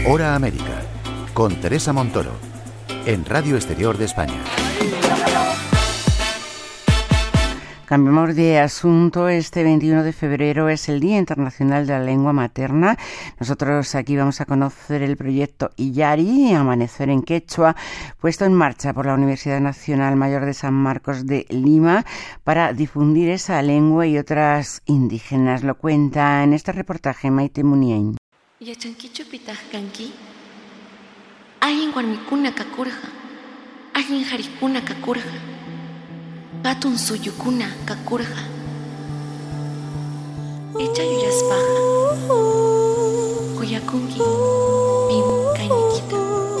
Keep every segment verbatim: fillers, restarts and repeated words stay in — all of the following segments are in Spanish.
Hora América, con Teresa Montoro, en Radio Exterior de España. Cambiamos de asunto. Este veintiuno de febrero es el Día Internacional de la Lengua Materna. Nosotros aquí vamos a conocer el proyecto Illari, Amanecer en Quechua, puesto en marcha por la Universidad Nacional Mayor de San Marcos de Lima para difundir esa lengua y otras indígenas. Lo cuenta en este reportaje Maite Muniain. Yachanquichu pitajkanki, ayin warmikuna kakurja, ayin jarikuna kakurja. Gatun suyukuna kakurja. Echa yuyaspaja. Kuyakunki pin kainikita.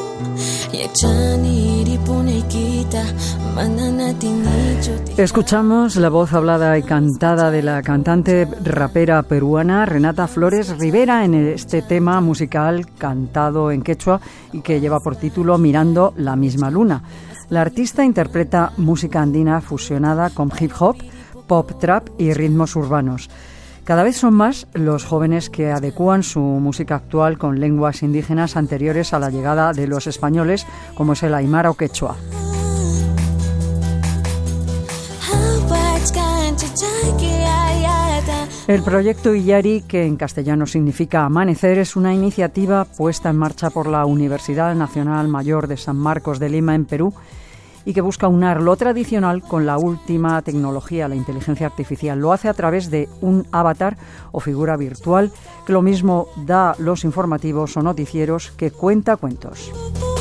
Escuchamos la voz hablada y cantada de la cantante rapera peruana Renata Flores Rivera en este tema musical cantado en quechua y que lleva por título Mirando la misma luna. La artista interpreta música andina fusionada con hip hop, pop trap y ritmos urbanos. Cada vez son más los jóvenes que adecúan su música actual con lenguas indígenas anteriores a la llegada de los españoles, como es el aymara o quechua. El proyecto Illari, que en castellano significa amanecer, es una iniciativa puesta en marcha por la Universidad Nacional Mayor de San Marcos de Lima, en Perú, y que busca unar lo tradicional con la última tecnología, la inteligencia artificial. Lo hace a través de un avatar o figura virtual que lo mismo da los informativos o noticieros que cuenta cuentos.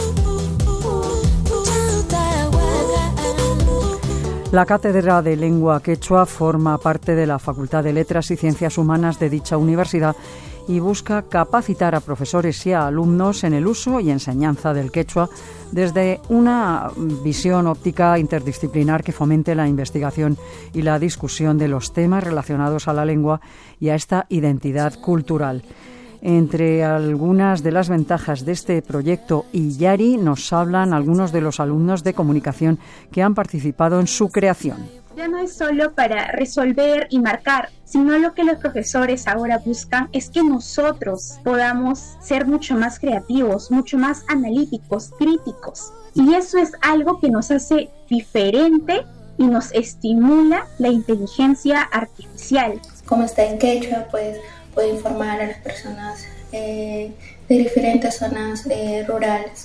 La Cátedra de Lengua Quechua forma parte de la Facultad de Letras y Ciencias Humanas de dicha universidad y busca capacitar a profesores y a alumnos en el uso y enseñanza del quechua desde una visión óptica interdisciplinar que fomente la investigación y la discusión de los temas relacionados a la lengua y a esta identidad cultural. Entre algunas de las ventajas de este proyecto Illari nos hablan algunos de los alumnos de comunicación que han participado en su creación. Ya no es solo para resolver y marcar, sino lo que los profesores ahora buscan es que nosotros podamos ser mucho más creativos, mucho más analíticos, críticos. Y eso es algo que nos hace diferente y nos estimula la inteligencia artificial. Como está en quechua, pues puede informar a las personas eh, de diferentes zonas eh, rurales.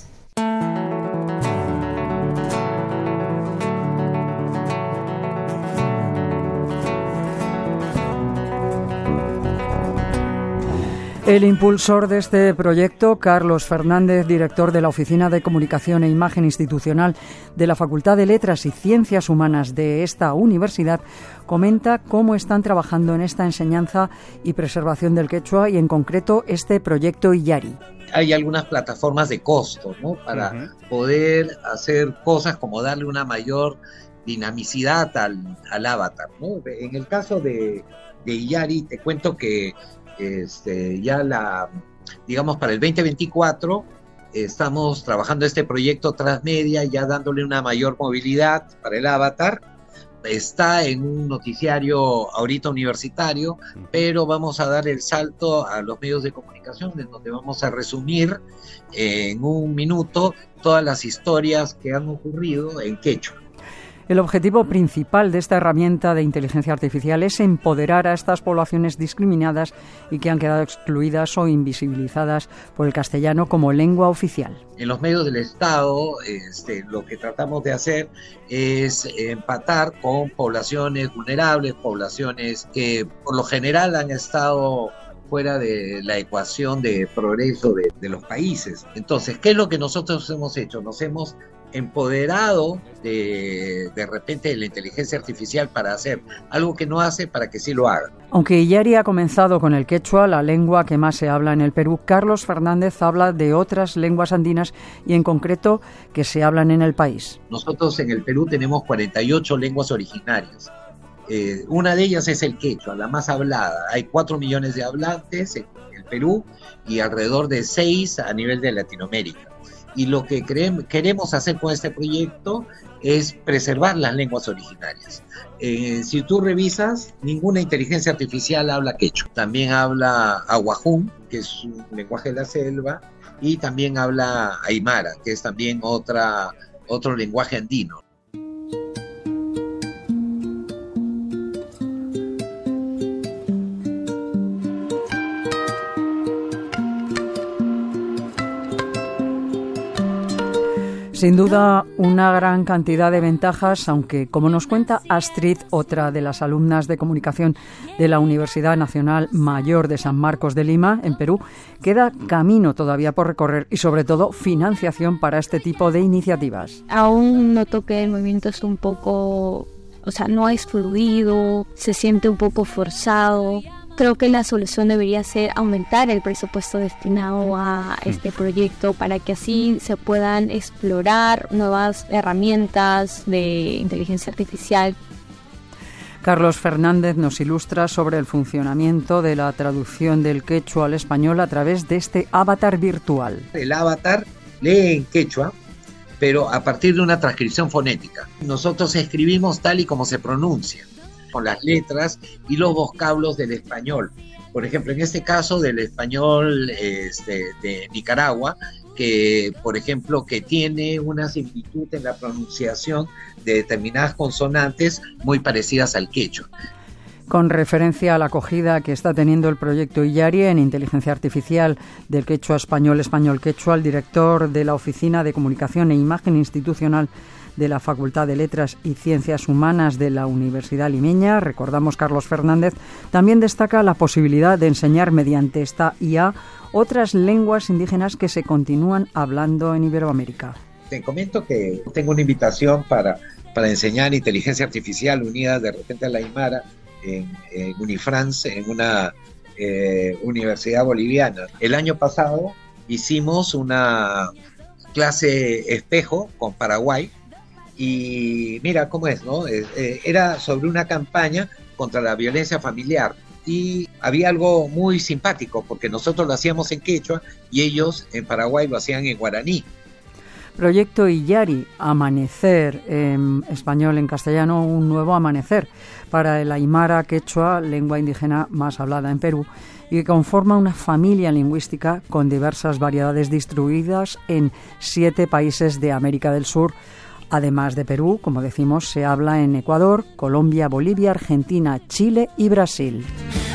El impulsor de este proyecto, Carlos Fernández, director de la Oficina de Comunicación e Imagen Institucional de la Facultad de Letras y Ciencias Humanas de esta universidad, comenta cómo están trabajando en esta enseñanza y preservación del quechua y en concreto este proyecto Illari. Hay algunas plataformas de costo, ¿no?, para uh-huh. poder hacer cosas como darle una mayor dinamicidad al, al avatar, ¿no? En el caso de, de Illari, te cuento que Este, ya la, digamos para el veinte veinticuatro eh, estamos trabajando este proyecto transmedia, ya dándole una mayor movilidad para el avatar. Está en un noticiario ahorita universitario, pero vamos a dar el salto a los medios de comunicación, en donde vamos a resumir eh, en un minuto todas las historias que han ocurrido en quechua. El objetivo principal de esta herramienta de inteligencia artificial es empoderar a estas poblaciones discriminadas y que han quedado excluidas o invisibilizadas por el castellano como lengua oficial. En los medios del Estado, este, lo que tratamos de hacer es empatar con poblaciones vulnerables, poblaciones que por lo general han estado fuera de la ecuación de progreso de, de los países. Entonces, ¿qué es lo que nosotros hemos hecho? Nos hemos empoderado de, de repente de la inteligencia artificial para hacer algo que no hace para que sí lo haga. Aunque Illari ha comenzado con el quechua, la lengua que más se habla en el Perú, Carlos Fernández habla de otras lenguas andinas y en concreto que se hablan en el país. Nosotros en el Perú tenemos cuarenta y ocho lenguas originarias. Eh, una de ellas es el quechua, la más hablada. Hay cuatro millones de hablantes en el Perú y alrededor de seis a nivel de Latinoamérica. y lo que queremos hacer con este proyecto es preservar las lenguas originarias. Eh, si tú revisas, ninguna inteligencia artificial habla quechua. También habla aguajún, que es un lenguaje de la selva, y también habla aymara, que es también otra, otro lenguaje andino. Sin duda, una gran cantidad de ventajas, aunque, como nos cuenta Astrid, otra de las alumnas de comunicación de la Universidad Nacional Mayor de San Marcos de Lima, en Perú, queda camino todavía por recorrer y, sobre todo, financiación para este tipo de iniciativas. Aún noto que el movimiento es un poco, o sea, no es fluido, se siente un poco forzado. Creo que la solución debería ser aumentar el presupuesto destinado a este proyecto para que así se puedan explorar nuevas herramientas de inteligencia artificial. Carlos Fernández nos ilustra sobre el funcionamiento de la traducción del quechua al español a través de este avatar virtual. El avatar lee en quechua, pero a partir de una transcripción fonética. Nosotros escribimos tal y como se pronuncia, con las letras y los vocablos del español. Por ejemplo, en este caso del español este, de Nicaragua, que por ejemplo que tiene una similitud en la pronunciación de determinadas consonantes muy parecidas al quechua. Con referencia a la acogida que está teniendo el proyecto Illari en inteligencia artificial del quechua español, español quechua, el director de la Oficina de Comunicación e Imagen Institucional de la Facultad de Letras y Ciencias Humanas de la Universidad Limeña, recordamos Carlos Fernández, también destaca la posibilidad de enseñar mediante esta I A otras lenguas indígenas que se continúan hablando en Iberoamérica. Te comento que tengo una invitación para, para enseñar inteligencia artificial unida de repente a la aymara en, en Unifrance, en una eh, universidad boliviana. El año pasado hicimos una clase espejo con Paraguay. Y mira cómo es, ¿no? Eh, era sobre una campaña contra la violencia familiar y había algo muy simpático porque nosotros lo hacíamos en quechua y ellos en Paraguay lo hacían en guaraní. Proyecto Illari, amanecer, en español, en castellano, un nuevo amanecer para el aymara quechua, lengua indígena más hablada en Perú, y que conforma una familia lingüística con diversas variedades distribuidas en siete países de América del Sur. Además de Perú, como decimos, se habla en Ecuador, Colombia, Bolivia, Argentina, Chile y Brasil.